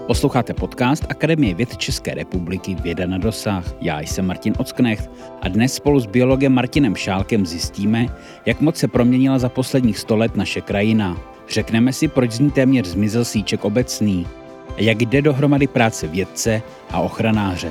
Posloucháte podcast Akademie věd České republiky Věda na dosah. Já jsem Martin Ocknecht a dnes spolu s biologem Martinem Šálkem zjistíme, jak moc se proměnila za posledních 100 let naše krajina. Řekneme si, proč z ní téměř zmizel síček obecný a jak jde dohromady práce vědce a ochranáře.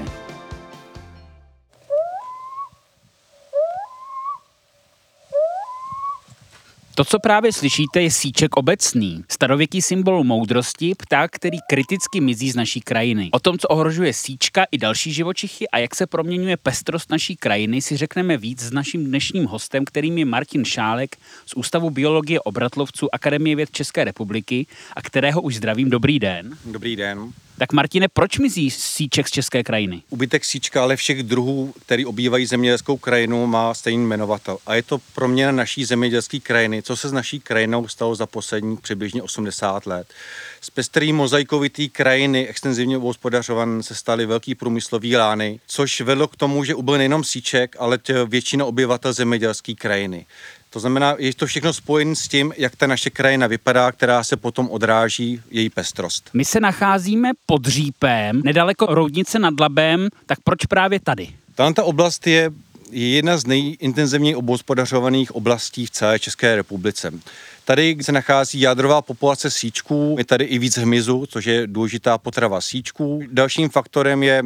To, co právě slyšíte, je síček obecný, starověký symbol moudrosti, pták, který kriticky mizí z naší krajiny. O tom, co ohrožuje síčka i další živočichy a jak se proměňuje pestrost naší krajiny, si řekneme víc s naším dnešním hostem, kterým je Martin Šálek z Ústavu biologie obratlovců Akademie věd České republiky a kterého už zdravím. Dobrý den. Dobrý den. Tak Martine, proč mizí síček z české krajiny? Úbytek síčka, ale všech druhů, který obývají zemědělskou krajinu, má stejný jmenovatel. A je to proměna naší zemědělské krajiny, co se s naší krajinou stalo za posledních přibližně 80 let. Z pestrý mozaikovitý krajiny, extenzivně obhospodařované, se staly velký průmyslový lány, což vedlo k tomu, že ubyl nejenom síček, ale většina obyvatel zemědělské krajiny. To znamená, je to všechno spojené s tím, jak ta naše krajina vypadá, která se potom odráží její pestrost. My se nacházíme pod Řípem, nedaleko Roudnice nad Labem, tak proč právě tady? Tato oblast je jedna z nejintenzivněji obhospodařovaných oblastí v celé České republice. Tady se nachází jádrová populace síčků, je tady i víc hmyzu, což je důležitá potrava síčků. Dalším faktorem je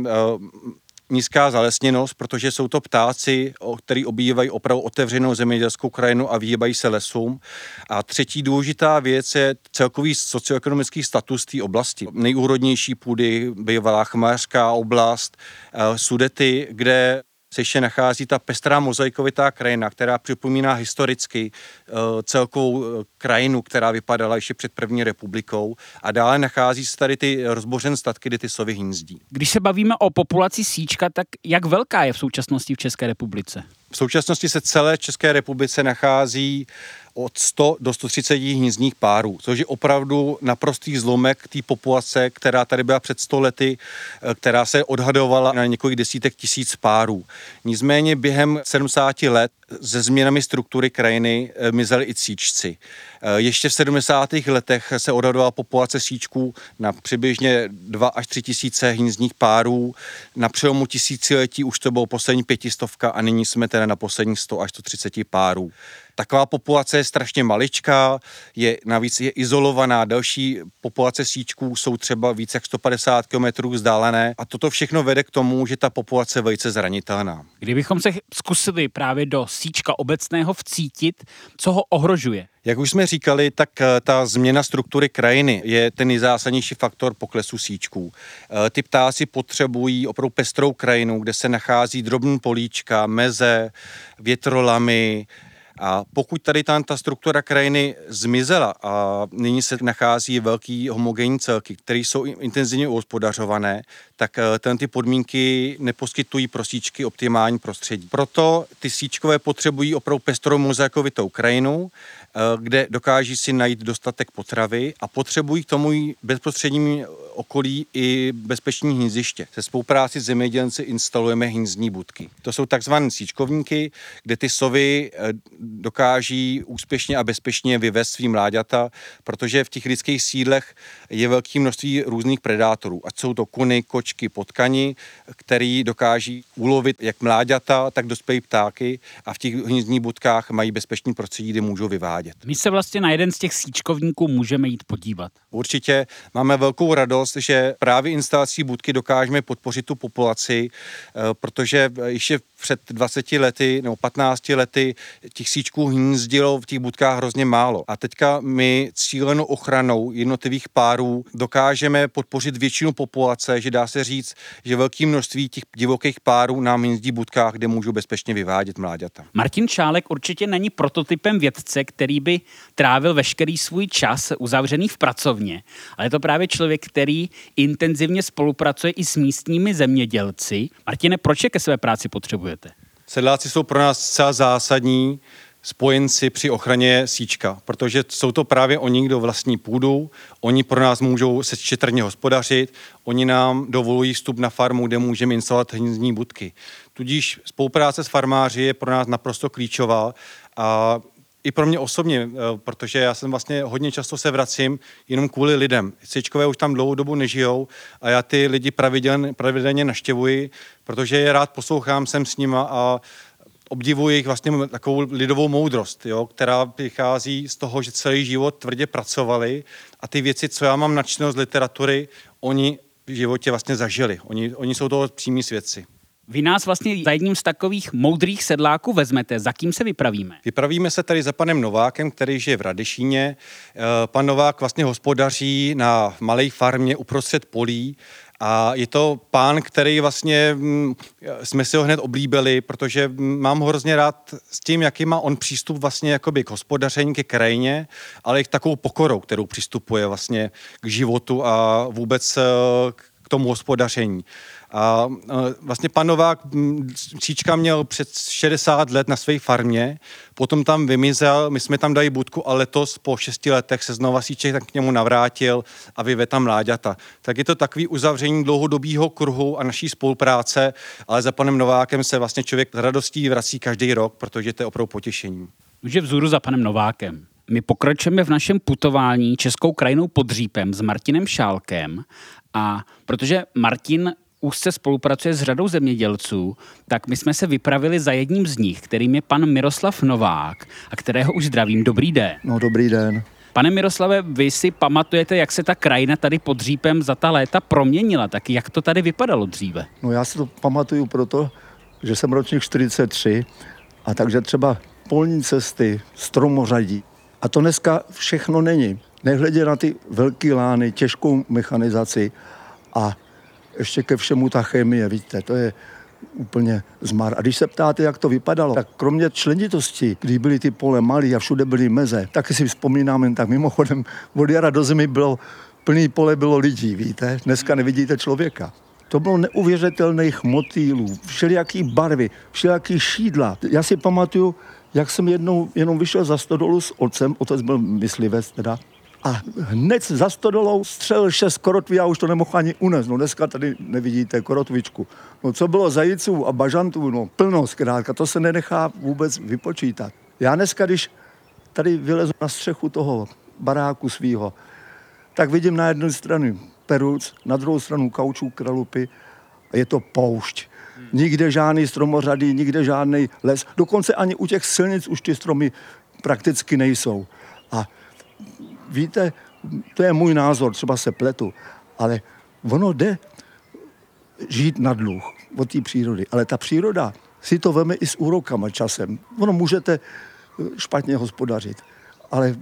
nízká zalesněnost, protože jsou to ptáci, kteří obývají opravdu otevřenou zemědělskou krajinu a vyhýbají se lesům. A třetí důležitá věc je celkový socioekonomický status té oblasti. Nejúrodnější půdy, bývalá chmařská oblast, Sudety, kde se ještě nachází ta pestrá mozaikovitá krajina, která připomíná historicky celkovou krajinu, která vypadala ještě před první republikou. A dále nachází se tady ty rozbořené statky, kde ty sovy hnízdí. Když se bavíme o populaci síčka, tak jak velká je v současnosti v České republice? V současnosti se celé České republice nachází od 100 do 130 hnízdních párů, což je opravdu naprostý zlomek té populace, která tady byla před 100 lety, která se odhadovala na několik desítek tisíc párů. Nicméně během 70 let se změnami struktury krajiny mizely i síčci. Ještě v 70. letech se odhadovala populace síčků na přibližně 2 až 3 tisíce hnízdních párů. Na přelomu tisíciletí už to bylo poslední 500 a nyní jsme teda na posledních 100 až 130 párů. Taková populace je strašně maličká, navíc je izolovaná, další populace síčků jsou třeba více jak 150 km vzdálené a toto všechno vede k tomu, že ta populace je velice zranitelná. Kdybychom se zkusili právě do síčka obecného vcítit, co ho ohrožuje? Jak už jsme říkali, tak ta změna struktury krajiny je ten nejzásadnější faktor poklesu síčků. Ty ptáci potřebují opravdu pestrou krajinu, kde se nachází drobný políčka, meze, větrolamy. A pokud tady ta struktura krajiny zmizela a nyní se nachází velký homogenní celky, které jsou intenzivně uhospodařované, tak ty podmínky neposkytují pro síčky optimální prostředí. Proto ty síčkové potřebují opravdu pestrou mozaikovitou krajinu, kde dokáží si najít dostatek potravy a potřebují k tomu bezprostředním okolí i bezpečné hnízdiště. Se spolupráci s zemědělci instalujeme hnízdní budky. To jsou takzvané síčkovníky, kde ty sovy dokáží úspěšně a bezpečně vyvést svý mláďata, protože v těch lidských sídlech je velké množství různých predátorů. Ať jsou to kuny, kočky, potkani, který dokáží ulovit jak mláďata, tak dospělé ptáky a v těch hnízdních budkách mají bezpečný prostředí, kde můžou vyvádět. My se vlastně na jeden z těch síčkovníků můžeme jít podívat. Určitě máme velkou radost, že právě instalací budky dokážeme podpořit tu populaci, protože ještě před 20 lety nebo 15 lety těch síčků hnízdilo v těch budkách hrozně málo. A teďka my cílenou ochranou jednotlivých párů dokážeme podpořit většinu populace, že dá se říct, že velké množství těch divokých párů nám hnízdí v budkách, kde můžou bezpečně vyvádět mláďata. Martin Šálek určitě není prototypem vědce, který by trávil veškerý svůj čas uzavřený v pracovně, ale je to právě člověk, který intenzivně spolupracuje i s místními zemědělci. Martine, proč je ke své práci potřebujete? Sedláci jsou pro nás zcela zásadní spojenci při ochraně síčka, protože jsou to právě oni, kdo vlastní půdu, oni pro nás můžou se šetrně hospodařit, oni nám dovolují vstup na farmu, kde můžeme instalovat hnízdní budky. Tudíž spolupráce s farmáři je pro nás naprosto klíčová a I pro mě osobně, protože já jsem vlastně hodně často se vracím jenom kvůli lidem. Síčkové už tam dlouhou dobu nežijou a já ty lidi pravidelně navštěvuji, protože je rád poslouchám, jsem s nima a obdivuji jich vlastně takovou lidovou moudrost, jo, která vychází z toho, že celý život tvrdě pracovali a ty věci, co já mám načteno z literatury, oni v životě vlastně zažili. Oni jsou toho přímí svědci. Vy nás vlastně za jedním z takových moudrých sedláků vezmete. Za kým se vypravíme? Vypravíme se tady za panem Novákem, který žije v Radešíně. Pan Novák vlastně hospodaří na malé farmě uprostřed polí a je to pán, který vlastně jsme si ho hned oblíbili, protože mám ho hrozně rád s tím, jaký má on přístup vlastně jakoby k hospodaření, ke krajině, ale i k takovou pokorou, kterou přistupuje vlastně k životu a vůbec k tomu hospodaření. A vlastně pan Novák Síčka měl před 60 let na své farmě, potom tam vymizel, my jsme tam dali budku a letos po 6 letech se znova Síček tak k němu navrátil a vyvedl tam mláďata. Tak je to takový uzavření dlouhodobého kruhu a naší spolupráce, ale za panem Novákem se vlastně člověk s radostí vrací každý rok, protože to je opravdu potěšení. Už je vzhůru za panem Novákem. My pokračujeme v našem putování českou krajinou Podřípem s Martinem Šálkem a protože Martin úzce spolupracuje s řadou zemědělců, tak my jsme se vypravili za jedním z nich, kterým je pan Miroslav Novák a kterého už zdravím. Dobrý den. No, dobrý den. Pane Miroslave, vy si pamatujete, jak se ta krajina tady pod Dřípem za ta léta proměnila, tak jak to tady vypadalo dříve? No, já si to pamatuju proto, že jsem ročník 43 a takže třeba polní cesty, stromořadí. A to dneska všechno není. Nehledě na ty velké lány, těžkou mechanizaci a ještě ke všemu ta chemie, víte, to je úplně zmar. A když se ptáte, jak to vypadalo, tak kromě členitosti, kdy byly ty pole malý a všude byly meze, taky si vzpomínám jen tak mimochodem, od jara do zimy plný pole bylo lidí, víte, dneska nevidíte člověka. To bylo neuvěřitelných motýlů, všelijaký barvy, všelijaký šídla. Já si pamatuju, jak jsem jednou jenom vyšel za stodolu s otcem, otec byl myslivec teda, a hned za stodolou střelil 6 korotví a už to nemohl ani unést. No dneska tady nevidíte korotvičku. No co bylo zajíců a bažantů, no plno zkrátka, to se nenechá vůbec vypočítat. Já dneska, když tady vylezu na střechu toho baráku svýho, tak vidím na jednu stranu peruc, na druhou stranu kaučů, kralupy a je to poušť. Nikde žádný stromořadý, nikde žádný les. Dokonce ani u těch silnic už ty stromy prakticky nejsou. A víte, to je můj názor, třeba se pletu, ale ono jde žít na dluh od té přírody. Ale ta příroda si to veme i s úrokama časem. Ono můžete špatně hospodařit, ale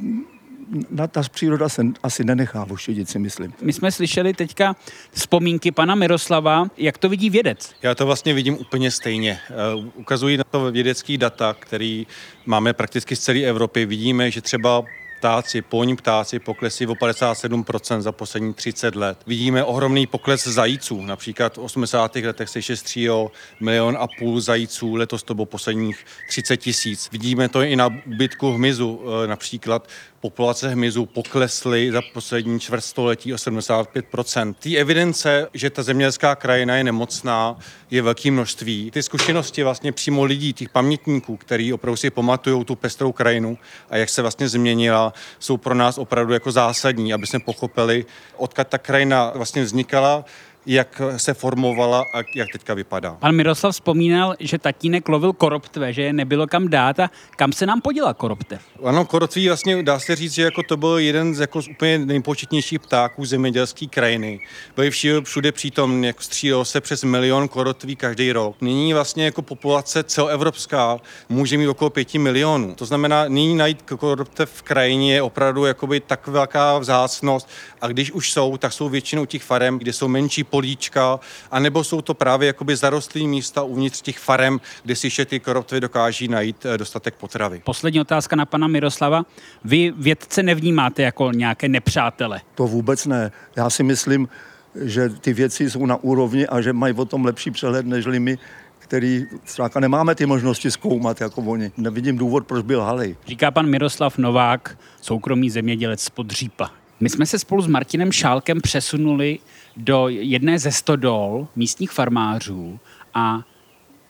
ta příroda se asi nenechá ošidit, si myslím. My jsme slyšeli teďka vzpomínky pana Miroslava, jak to vidí vědec. Já to vlastně vidím úplně stejně. Ukazují na to vědecký data, který máme prakticky z celé Evropy. Vidíme, že třeba polní ptáci poklesli o 57% za poslední 30 let. Vidíme ohromný pokles zajíců. Například v 80. letech se šestřího 1,5 milionu zajíců, letos to bylo posledních 30 000. Vidíme to i na úbytku hmyzu. Například populace hmyzu poklesly za poslední čtvrtstoletí o 75%. Té evidence, že ta zemědělská krajina je nemocná, je velké množství. Ty zkušenosti vlastně přímo lidí, těch pamětníků, kteří opravdu si pamatujou tu pestrou krajinu a jak se vlastně změnila, jsou pro nás opravdu jako zásadní, aby jsme pochopili, odkud ta krajina vlastně vznikala, jak se formovala a jak teďka vypadá. Pan Miroslav vzpomínal, že tatínek lovil koroptve, že je nebylo kam dát a kam se nám poděla koroptev? Ano, korotví vlastně dá se říct, že jako to byl jeden z jako úplně nejpočetnějších ptáků zemědělské krajiny. Byli všude přítom, jako střílelo se přes 1 milion korotví každý rok. Nyní vlastně jako populace celoevropská může mít okolo 5 milionů. To znamená, nyní najít koroptev v krajině je opravdu jakoby tak velká vzácnost a když už jsou, tak jsou většinou těch farem, kde jsou menší políčka, anebo jsou to právě jakoby zarostlý místa uvnitř těch farem, kde si ještě ty korotvy dokáží najít dostatek potravy. Poslední otázka na pana Miroslava. Vy vědce nevnímáte jako nějaké nepřátele? To vůbec ne. Já si myslím, že ty věci jsou na úrovni a že mají o tom lepší přehled, nežli my, který zkrátka nemáme ty možnosti zkoumat jako oni. Nevidím důvod, proč by lhali. Říká pan Miroslav Novák, soukromý zemědělec z Podřípa. My jsme se spolu s Martinem Šálkem přesunuli do jedné ze stodol místních farmářů a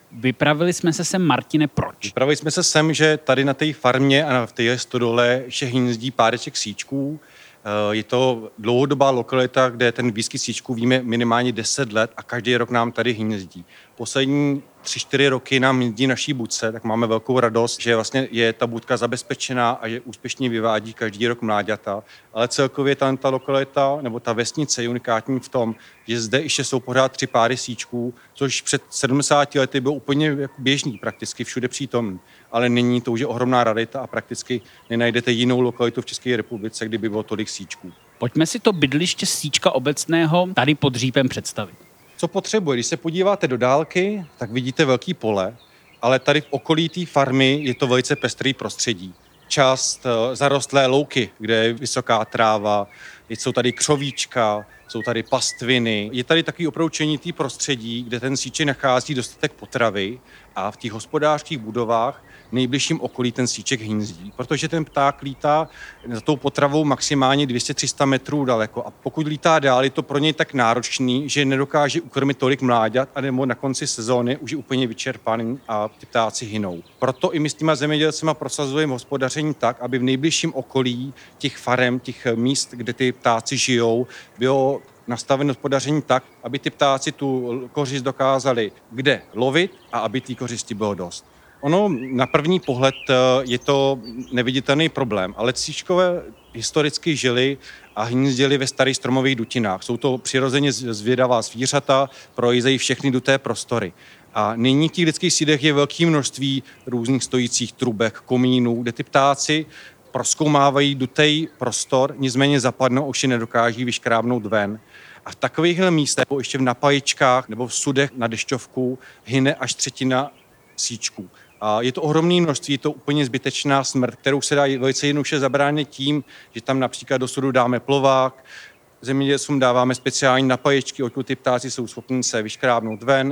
Vypravili jsme se sem, Martine, proč? Vypravili jsme se sem, že tady na té farmě a v té stodole ještě hnízdí páreček síčků. Je to dlouhodobá lokalita, kde ten výskyt síčků víme minimálně 10 let a každý rok nám tady hnízdí. Poslední 3-4 roky nám hnízdí naší budce, tak máme velkou radost, že vlastně je ta budka zabezpečená a že úspěšně vyvádí každý rok mláďata. Ale celkově ta lokalita nebo ta vesnice je unikátní v tom, že zde ještě jsou pořád 3 páry síčků, což před 70 lety bylo úplně běžný, prakticky všude přítomný. Ale nyní to už je ohromná rarita a prakticky nenajdete jinou lokalitu v České republice, kde by bylo tolik síčků. Pojďme si to bydliště síčka obecného tady pod Řípem představit. Co potřebuje? Když se podíváte do dálky, tak vidíte velký pole, ale tady v okolí té farmy je to velice pestrý prostředí. Část zarostlé louky, kde je vysoká tráva, jsou tady křovíčka, jsou tady pastviny. Je tady takový opravdu členitý prostředí, kde ten síček nachází dostatek potravy a v těch hospodářských budovách v nejbližším okolí ten síček hnízdí, protože ten pták lítá za tou potravou maximálně 200-300 metrů daleko a pokud lítá dál, je to pro něj tak náročný, že nedokáže ukrmit tolik mláďat a nebo na konci sezóny už je úplně vyčerpaný a ty ptáci hynou. Proto i my s těma zemědělcima prosazujeme hospodaření tak, aby v nejbližším okolí těch farem, těch míst, kde ty ptáci žijou, bylo nastaveno hospodaření tak, aby ty ptáci tu kořist dokázali kde lovit a aby té kořisti bylo dost. Ono na první pohled je to neviditelný problém, ale síčkové historicky žili a hnízdili ve starých stromových dutinách. Jsou to přirozeně zvědavá zvířata, projízejí všechny duté prostory. A nyní v těch lidských sídlech je velké množství různých stojících trubek, komínů, kde ty ptáci prozkoumávají dutej prostor, nicméně zapadnou, už je nedokáží vyškrábnout ven. A v takovýchhle místech, ještě v napajičkách nebo v sudech na dešťovku, hyne až 1/3 síčků. A je to ohromné množství, je to úplně zbytečná smrt, kterou se dá velice jednoduše zabránit tím, že tam například do sudu dáme plovák, zemědělcům dáváme speciální napaječky, odkud ty ptáci jsou schopni se vyškrábnout ven,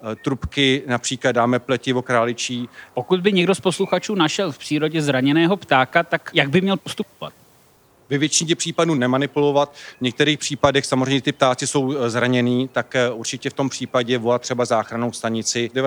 trubky například dáme pletivo králičí. Pokud by někdo z posluchačů našel v přírodě zraněného ptáka, tak jak by měl postupovat? Ve většině případů nemanipulovat. V některých případech samozřejmě ty ptáci jsou zraněný, tak určitě v tom případě volat třeba záchrannou stanici. V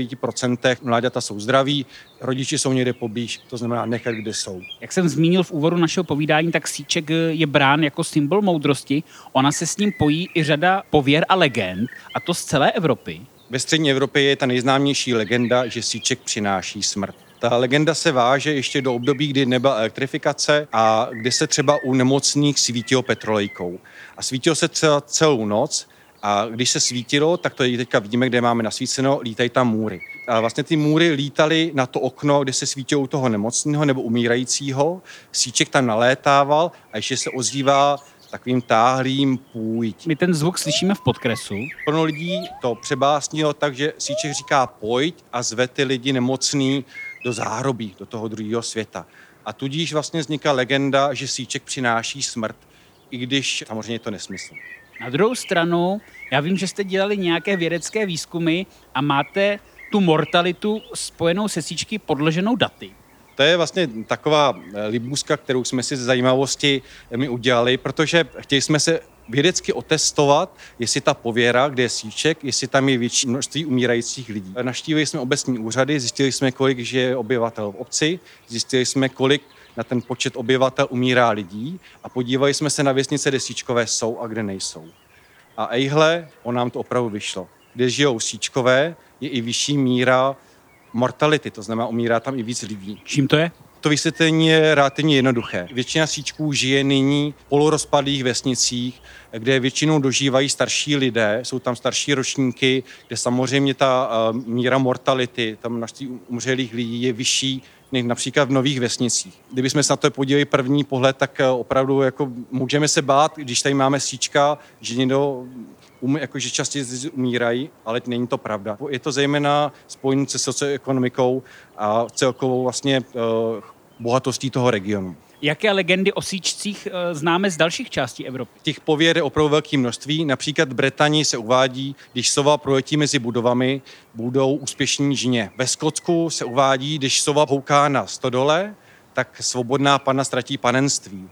99% mláďata jsou zdraví, rodiči jsou někde poblíž, to znamená nechat, kde jsou. Jak jsem zmínil v úvodu našeho povídání, tak síček je brán jako symbol moudrosti. Ona se s ním pojí i řada pověr a legend, a to z celé Evropy. Ve střední Evropě je ta nejznámější legenda, že síček přináší smrt. Ta legenda se váže ještě do období, kdy nebyla elektrifikace a kdy se třeba u nemocných svítilo petrolejkou. A svítilo se třeba celou noc a když se svítilo, tak to teďka vidíme, kde máme nasvíceno, lítají tam můry. A vlastně ty můry lítaly na to okno, kde se svítilo u toho nemocného nebo umírajícího. Síček tam nalétával a ještě se ozývá takovým táhlým půjď. My ten zvuk slyšíme v podkresu. Plno lidí to přebásnilo tak, že síček říká pojď a zve ty lidi nemocný do záhrobí, do toho druhého světa. A tudíž vlastně vzniká legenda, že síček přináší smrt, i když samozřejmě je to nesmysl. Na druhou stranu, já vím, že jste dělali nějaké vědecké výzkumy a máte tu mortalitu spojenou se síčky podloženou daty. To je vlastně taková libůzka, kterou jsme si ze zajímavosti my udělali, protože chtěli jsme se vědecky otestovat, jestli ta pověra, kde je síček, jestli tam je větší množství umírajících lidí. Navštívili jsme obecní úřady, zjistili jsme, kolik žije obyvatel v obci, zjistili jsme, kolik na ten počet obyvatel umírá lidí a podívali jsme se na vesnice, kde síčkové jsou a kde nejsou. A ejhle, on nám to opravdu vyšlo. Kde žijou síčkové, je i vyšší míra mortality, to znamená, umírá tam i víc lidí. Čím to je? To vysvětlení je relativně jednoduché. Většina síčků žije nyní v polorozpadlých vesnicích, kde většinou dožívají starší lidé, jsou tam starší ročníky, kde samozřejmě ta míra mortality, tam množství umřelých lidí je vyšší než například v nových vesnicích. Kdybychom se na to podívali první pohled, tak opravdu jako můžeme se bát, když tady máme síčka, že někdo jakože častěji umírají, ale není to pravda. Je to zejména spojené se socioekonomikou a celkovou vlastně bohatostí toho regionu. Jaké legendy o síčcích známe z dalších částí Evropy? Těch pověr je opravdu velké množství. Například v Británii se uvádí, když sova proletí mezi budovami, budou úspěšní žně. Ve Skotsku se uvádí, když sova houká na stodole, tak svobodná panna ztratí panenství.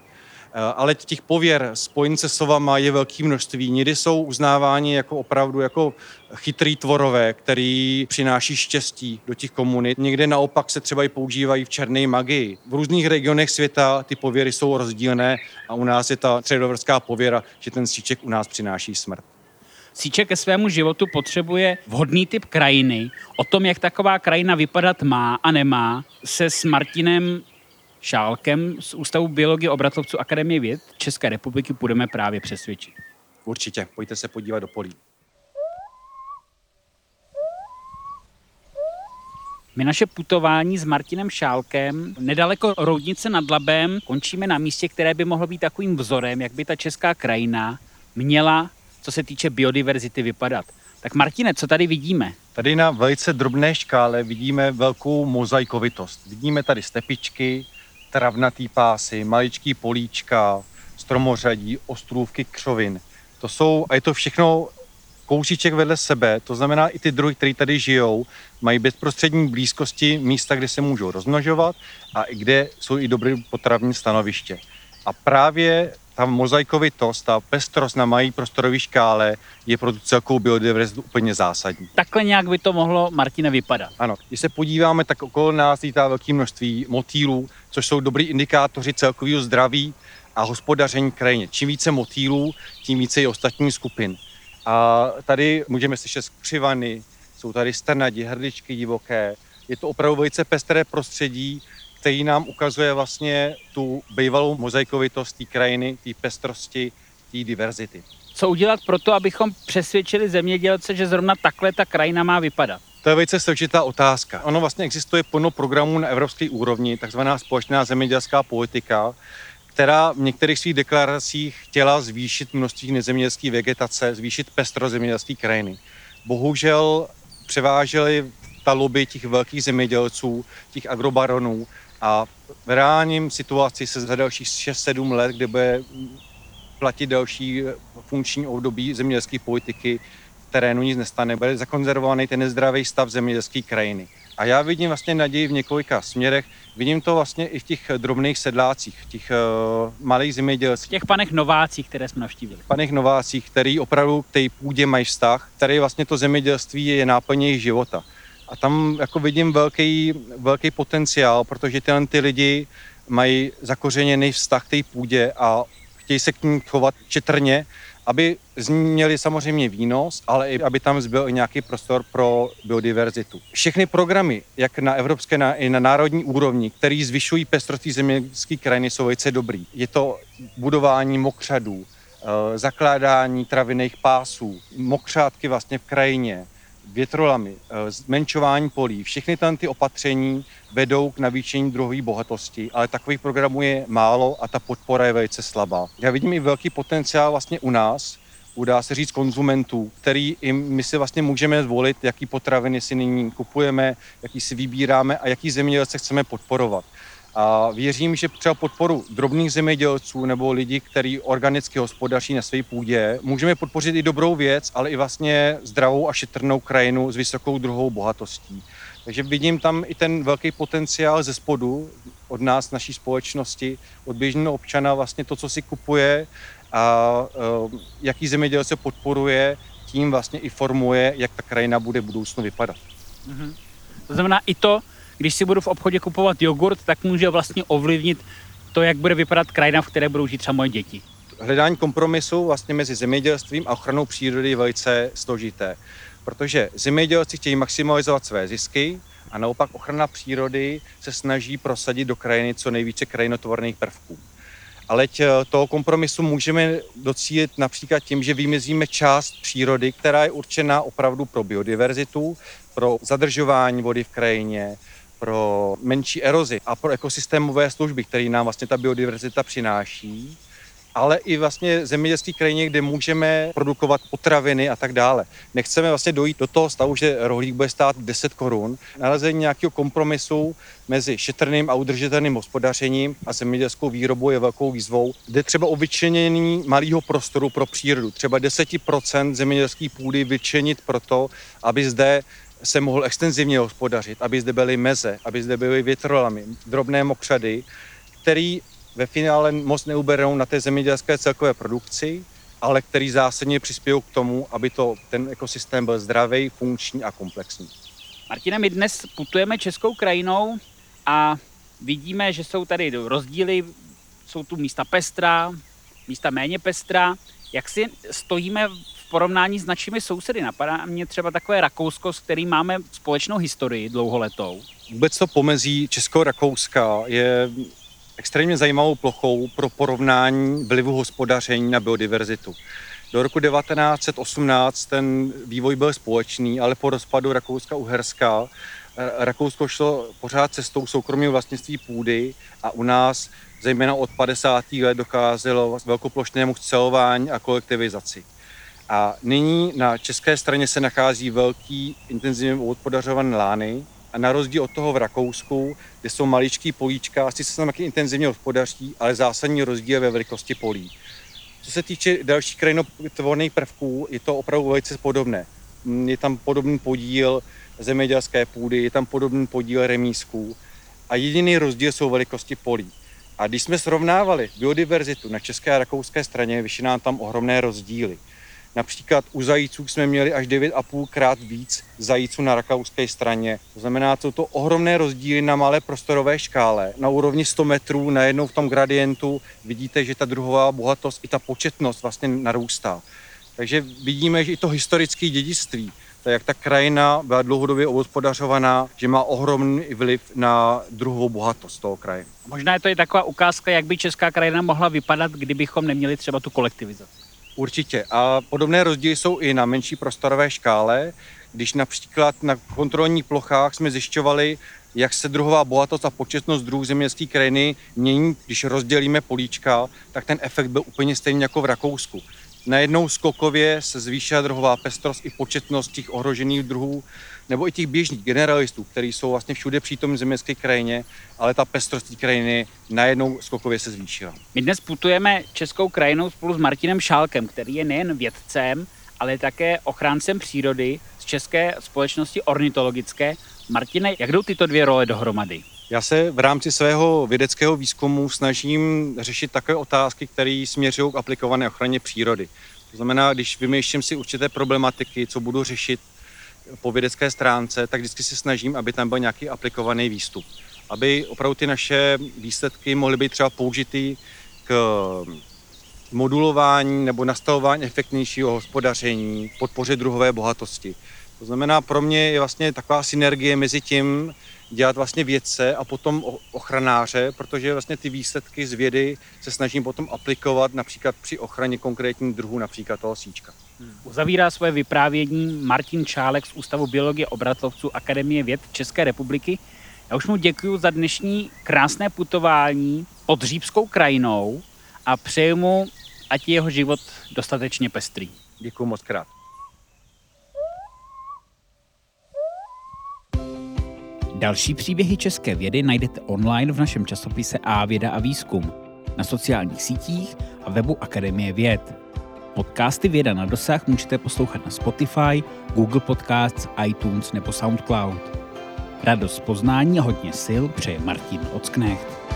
Ale těch pověr spojených se sovama je velké množství. Někdy jsou uznáváni jako opravdu jako chytrý tvorové, který přináší štěstí do těch komunit. Někde naopak se třeba i používají v černé magii. V různých regionech světa ty pověry jsou rozdílné a u nás je ta středoevropská pověra, že ten síček u nás přináší smrt. Síček ke svému životu potřebuje vhodný typ krajiny. O tom, jak taková krajina vypadat má a nemá, se s Martinem Šálkem z Ústavu biologie obratlovců Akademie věd České republiky budeme právě přesvědčit. Určitě, pojďte se podívat do polí. My naše putování s Martinem Šálkem nedaleko Roudnice nad Labem končíme na místě, které by mohlo být takovým vzorem, jak by ta česká krajina měla, co se týče biodiverzity, vypadat. Tak Martine, co tady vidíme? Tady na velice drobné škále vidíme velkou mozaikovitost. Vidíme tady stepičky, travnatý pásy, maličký políčka, stromořadí, ostrůvky křovin. A je to všechno kousíček vedle sebe, to znamená i ty druhy, které tady žijou, mají bezprostřední blízkosti místa, kde se můžou rozmnožovat a kde jsou i dobré potravní stanoviště. A právě ta mozaikovitost, ta pestrost na malé prostorové škále je pro tu celkovou biodiverzitu úplně zásadní. Takhle nějak by to mohlo, Martine, vypadat. Ano, když se podíváme, tak okolo nás lítá velké množství motýlů, což jsou dobrý indikátoři celkového zdraví a hospodaření krajině. Čím více motýlů, tím více i ostatních skupin. A tady můžeme slyšet skřivany, jsou tady strnadi, hrdličky divoké. Je to opravdu velice pestré prostředí, který nám ukazuje vlastně tu bývalou mozaikovitost té krajiny, té pestrosti, té diverzity. Co udělat pro to, abychom přesvědčili zemědělce, že zrovna takhle ta krajina má vypadat? To je velice složitá otázka. Ono vlastně existuje plno programů na evropské úrovni, takzvaná společná zemědělská politika, která v některých svých deklaracích chtěla zvýšit množství nezemědělské vegetace, zvýšit pestrost zemědělské krajiny. Bohužel převážely ta lobby těch velkých zemědělců, těch agrobaronů a v reálním situaci se za dalších 6-7 let, kde bude platit další funkční období zemědělské politiky, v terénu nic nestane, bude zakonzervovaný ten nezdravý stav zemědělské krajiny. A já vidím vlastně naději v několika směrech. Vidím to vlastně i v těch drobných sedlácích, v těch malých zemědělcích. V těch panech novácích, které jsme navštívili. Panech novácích, který opravdu k té půdě mají vztah, který vlastně to zemědělství je náplň jejich života. A tam jako vidím velký potenciál, protože ty lidi mají zakořeněný vztah k té půdě a chtějí se k ní chovat šetrně, aby z ní měli samozřejmě výnos, ale i aby tam zbyl i nějaký prostor pro biodiverzitu. Všechny programy, jak na evropské, i na národní úrovni, které zvyšují pestrost zemědělské krajiny, jsou velice dobrý. Je to budování mokřadů, zakládání travinných pásů, mokřádky vlastně v krajině, větrolamy, zmenšování polí. Všechny ty opatření vedou k navýšení druhové bohatosti, ale takových programů je málo a ta podpora je velice slabá. Já vidím i velký potenciál vlastně u nás, dá se říct konzumentů, který i my si vlastně můžeme zvolit, jaký potraviny si nyní kupujeme, jaký si vybíráme a jaký zemědělce chceme podporovat. A věřím, že třeba podporu drobných zemědělců nebo lidí, kteří organicky hospodaří na své půdě, můžeme podpořit i dobrou věc, ale i vlastně zdravou a šetrnou krajinu s vysokou druhovou bohatostí. Takže vidím tam i ten velký potenciál ze spodu od nás, naší společnosti, od běžného občana, vlastně to, co si kupuje a jaký zemědělce podporuje, tím vlastně i formuje, jak ta krajina bude v budoucnu vypadat. Mhm. To znamená i to, když si budu v obchodě kupovat jogurt, tak může vlastně ovlivnit to, jak bude vypadat krajina, v které budou žít třeba moje děti. Hledání kompromisu vlastně mezi zemědělstvím a ochranou přírody je velice složité, protože zemědělci chtějí maximalizovat své zisky a naopak ochrana přírody se snaží prosadit do krajiny co nejvíce krajinotvorných prvků. Ale toho kompromisu můžeme docílit například tím, že vymezíme část přírody, která je určená opravdu pro biodiverzitu, pro zadržování vody v krajině, pro menší erozi a pro ekosystémové služby, které nám vlastně ta biodiverzita přináší, ale i vlastně zemědělské krajině, kde můžeme produkovat potraviny a tak dále. Nechceme vlastně dojít do toho stavu, že rohlík bude stát 10 korun. Nalezení nějakého kompromisu mezi šetrným a udržitelným hospodařením a zemědělskou výrobou je velkou výzvou. Jde třeba o vyčlenění malého prostoru pro přírodu. Třeba 10% zemědělské půdy vyčlenit proto, aby zde se mohl extenzivně hospodařit, aby zde byly meze, aby zde byly větrolamy, drobné mokřady, který ve finále moc neuberou na té zemědělské celkové produkci, ale který zásadně přispějí k tomu, aby ten ekosystém byl zdravý, funkční a komplexní. Martine, my dnes putujeme českou krajinou a vidíme, že jsou tady rozdíly, jsou tu místa pestrá, místa méně pestrá. Jak si stojíme v porovnání s našimi sousedy? Napadá mě třeba takové Rakousko, s kterým máme společnou historii dlouholetou. Vůbec to pomezí Česko-Rakouska je extrémně zajímavou plochou pro porovnání vlivu hospodaření na biodiverzitu. Do roku 1918 ten vývoj byl společný, ale po rozpadu Rakouska-Uherska Rakousko šlo pořád cestou soukromého vlastnictví půdy a u nás zejména od 50. let docházelo velkoplošnému scelování a kolektivizaci. A nyní na české straně se nachází velký intenzivně obhospodařované lány a na rozdíl od toho v Rakousku, kde jsou maličký políčka, sice se tam taky intenzivně hospodaří, ale zásadní rozdíl je ve velikosti polí. Co se týče dalších krajinotvorných prvků, je to opravdu velice podobné. Je tam podobný podíl zemědělské půdy, je tam podobný podíl remízků a jediný rozdíl jsou velikosti polí. A když jsme srovnávali biodiverzitu na české a rakouské straně, vyšly nám tam ohromné rozdíly. Například u zajíců jsme měli až 9,5krát víc zajíců na rakouské straně. To znamená, jsou to ohromné rozdíly na malé prostorové škále. Na úrovni 100 metrů najednou v tom gradientu vidíte, že ta druhová bohatost i ta početnost vlastně narůstá. Takže vidíme, že i to historické dědictví, to jak ta krajina byla dlouhodobě obhospodařovaná, že má ohromný vliv na druhovou bohatost toho kraje. Možná je to i taková ukázka, jak by česká krajina mohla vypadat, kdybychom neměli třeba tu kolektivizaci. Určitě. A podobné rozdíly jsou i na menší prostorové škále. Když například na kontrolních plochách jsme zjišťovali, jak se druhová bohatost a početnost druhů zemědělské krajiny mění, když rozdělíme políčka, tak ten efekt byl úplně stejný jako v Rakousku. Najednou skokově se zvýšila druhová pestrost i početnost těch ohrožených druhů, nebo i těch běžných generalistů, kteří jsou vlastně všude přítomní v zemědělské krajině, ale ta pestrost té krajiny najednou skokově se zvýšila. My dnes putujeme českou krajinou spolu s Martinem Šálkem, který je nejen vědcem, ale také ochráncem přírody z České společnosti ornitologické. Martine, jak jdou tyto dvě role dohromady? Já se v rámci svého vědeckého výzkumu snažím řešit takové otázky, které směřují k aplikované ochraně přírody. To znamená, když vymýšlím si určité problematiky, co budu řešit po vědecké stránce, tak vždycky se snažím, aby tam byl nějaký aplikovaný výstup. Aby opravdu ty naše výsledky mohly být třeba použity k modulování nebo nastavování efektnějšího hospodaření, podpoře druhové bohatosti. To znamená, pro mě je vlastně taková synergie mezi tím dělat vlastně vědce a potom ochranáře, protože vlastně ty výsledky z vědy se snažím potom aplikovat například při ochraně konkrétních druhů, například toho síčka. Uzavírá svoje vyprávění Martin Šálek z Ústavu biologie obratlovců Akademie věd České republiky. Já už mu děkuji za dnešní krásné putování odřípskou krajinou a přeju mu, ať je jeho život dostatečně pestrý. Děkuji moc krát. Další příběhy české vědy najdete online v našem časopise A věda a výzkum, na sociálních sítích a webu Akademie věd. Podcasty Věda na dosah můžete poslouchat na Spotify, Google Podcasts, iTunes nebo SoundCloud. Radost poznání a hodně sil přeje Martin Ocknecht.